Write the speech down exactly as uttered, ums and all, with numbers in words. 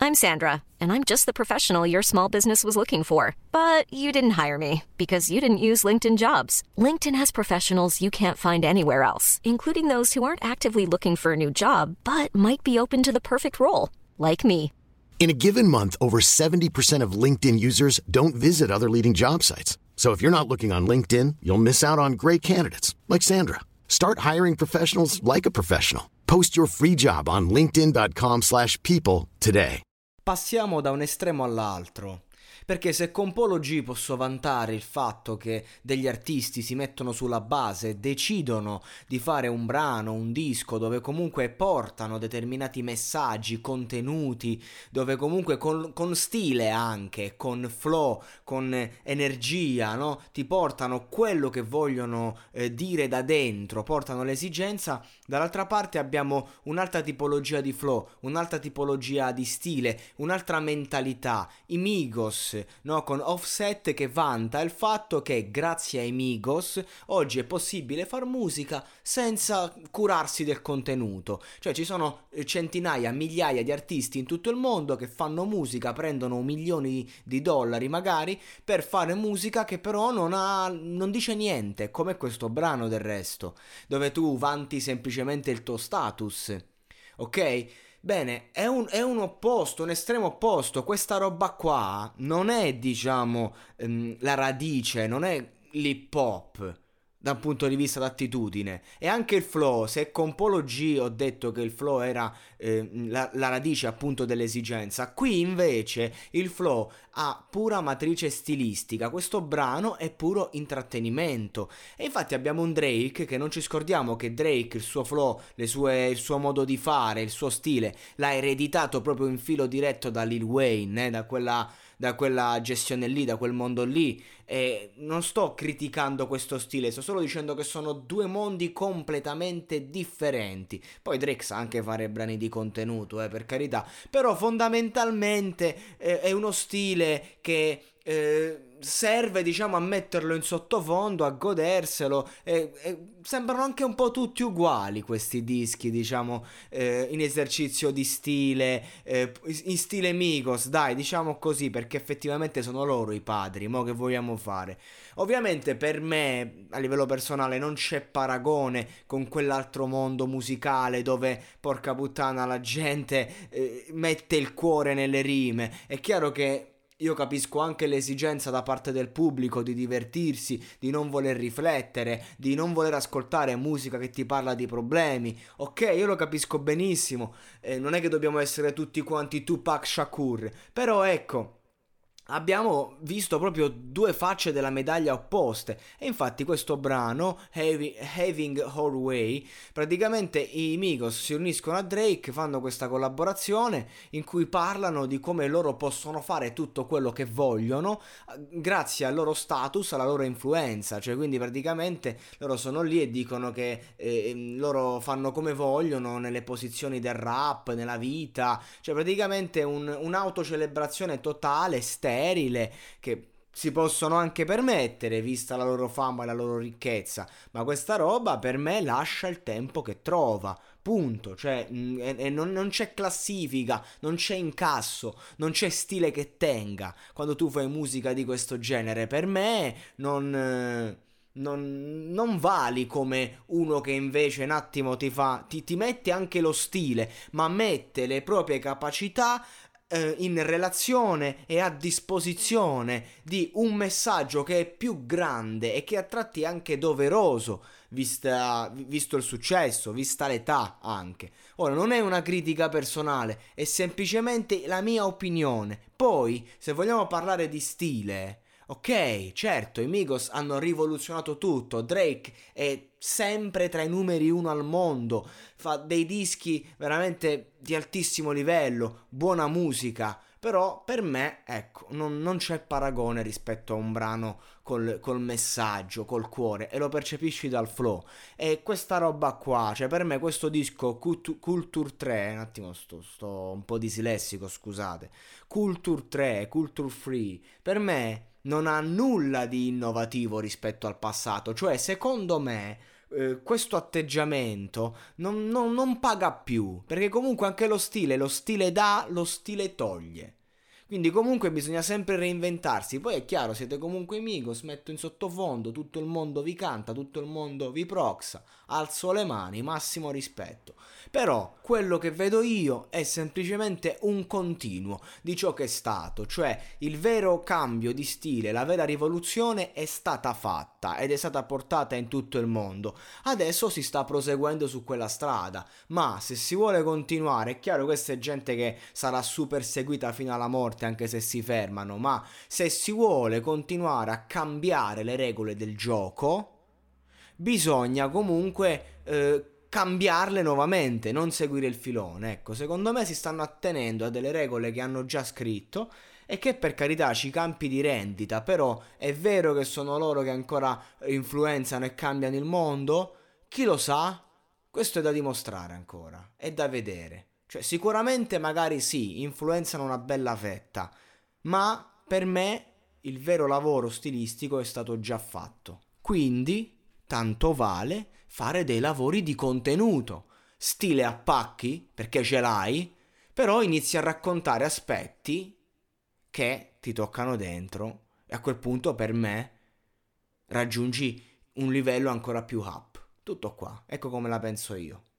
I'm Sandra, and I'm just the professional your small business was looking for. But you didn't hire me because you didn't use LinkedIn Jobs. LinkedIn has professionals you can't find anywhere else, including those who aren't actively looking for a new job, but might be open to the perfect role, like me. In a given month, over seventy percent of LinkedIn users don't visit other leading job sites. So if you're not looking on LinkedIn, you'll miss out on great candidates like Sandra. Start hiring professionals like a professional. Post your free job on linkedin.com slash people today. Passiamo da un estremo all'altro. Perché se con Polo G posso vantare il fatto che degli artisti si mettono sulla base e decidono di fare un brano, un disco dove comunque portano determinati messaggi, contenuti, dove comunque con, con stile anche, con flow, con energia, no? Ti portano quello che vogliono eh, dire da dentro, portano l'esigenza. Dall'altra parte abbiamo un'altra tipologia di flow, un'altra tipologia di stile, un'altra mentalità, i Migos, no, con Offset che vanta il fatto che grazie ai Migos oggi è possibile far musica senza curarsi del contenuto. Cioè ci sono centinaia, migliaia di artisti in tutto il mondo che fanno musica, prendono milioni di dollari magari per fare musica che però non ha, non dice niente, come questo brano del resto, dove tu vanti semplicemente il tuo status, ok? Bene, è un, è un opposto, un estremo opposto. Questa roba qua non è, diciamo, ehm, la radice, non è l'hip hop da un punto di vista d'attitudine. E anche il flow, se con Polo G ho detto che il flow era eh, la, la radice appunto dell'esigenza, qui invece il flow ha pura matrice stilistica. Questo brano è puro intrattenimento. E infatti abbiamo un Drake che non ci scordiamo che Drake, il suo flow, le sue, il suo modo di fare, il suo stile, l'ha ereditato proprio in filo diretto da Lil Wayne, eh, da quella... da quella gestione lì, da quel mondo lì. E non sto criticando questo stile, sto solo dicendo che sono due mondi completamente differenti. Poi Drake sa anche fare brani di contenuto, eh, per carità, però fondamentalmente eh, è uno stile che eh, serve, diciamo, a metterlo in sottofondo, a goderselo. E, e sembrano anche un po' tutti uguali questi dischi, diciamo, eh, in esercizio di stile, eh, in stile Migos, dai, diciamo così, perché effettivamente sono loro i padri. Mo' che vogliamo fare? Ovviamente per me, a livello personale, non c'è paragone con quell'altro mondo musicale dove, porca puttana, la gente eh, mette il cuore nelle rime. È chiaro che io capisco anche l'esigenza da parte del pubblico di divertirsi, di non voler riflettere, di non voler ascoltare musica che ti parla di problemi. Ok, io lo capisco benissimo, eh, non è che dobbiamo essere tutti quanti Tupac Shakur, però ecco, abbiamo visto proprio due facce della medaglia opposte. E infatti questo brano, Havi- Having Our Way, praticamente i Migos si uniscono a Drake, fanno questa collaborazione in cui parlano di come loro possono fare tutto quello che vogliono grazie al loro status, alla loro influenza. Cioè, quindi praticamente loro sono lì e dicono che eh, loro fanno come vogliono nelle posizioni del rap, nella vita. Cioè praticamente un, un'autocelebrazione totale, sterile, che si possono anche permettere vista la loro fama e la loro ricchezza, ma questa roba per me lascia il tempo che trova, punto. Cioè mh, e, e non, non c'è classifica, non c'è incasso, non c'è stile che tenga quando tu fai musica di questo genere. Per me non... Eh, Non, non vali come uno che invece un attimo ti fa, ti, ti mette anche lo stile, ma mette le proprie capacità in relazione e a disposizione di un messaggio che è più grande e che a tratti è anche doveroso, vista, visto il successo, vista l'età anche. Ora, non è una critica personale, è semplicemente la mia opinione. Poi, se vogliamo parlare di stile, ok, certo, i Migos hanno rivoluzionato tutto. Drake è sempre tra i numeri uno al mondo, fa dei dischi veramente di altissimo livello, buona musica, però per me, ecco, non, non c'è paragone rispetto a un brano col, col messaggio, col cuore, e lo percepisci dal flow. E questa roba qua, cioè per me questo disco Cult- Culture tre, un attimo sto, sto un po' dislessico, scusate, Culture tre, Culture Free, per me non ha nulla di innovativo rispetto al passato. Cioè, secondo me, eh, questo atteggiamento non, non, non paga più, perché comunque anche lo stile, lo stile dà, lo stile toglie. Quindi comunque bisogna sempre reinventarsi. Poi è chiaro, siete comunque Migos, metto in sottofondo, tutto il mondo vi canta, tutto il mondo vi proxa, alzo le mani, massimo rispetto. Però quello che vedo io è semplicemente un continuo di ciò che è stato, cioè il vero cambio di stile, la vera rivoluzione è stata fatta ed è stata portata in tutto il mondo. Adesso si sta proseguendo su quella strada, ma se si vuole continuare, è chiaro, questa è gente che sarà super seguita fino alla morte anche se si fermano, ma se si vuole continuare a cambiare le regole del gioco, bisogna comunque eh, cambiarle nuovamente, non seguire il filone. Ecco, secondo me si stanno attenendo a delle regole che hanno già scritto e che per carità ci campi di rendita, però è vero che sono loro che ancora influenzano e cambiano il mondo? Chi lo sa? Questo è da dimostrare ancora, è da vedere. Cioè sicuramente magari sì, influenzano una bella fetta, ma per me il vero lavoro stilistico è stato già fatto. Quindi tanto vale fare dei lavori di contenuto, stile a pacchi, perché ce l'hai, però inizi a raccontare aspetti che ti toccano dentro e a quel punto per me raggiungi un livello ancora più up. Tutto qua, ecco come la penso io.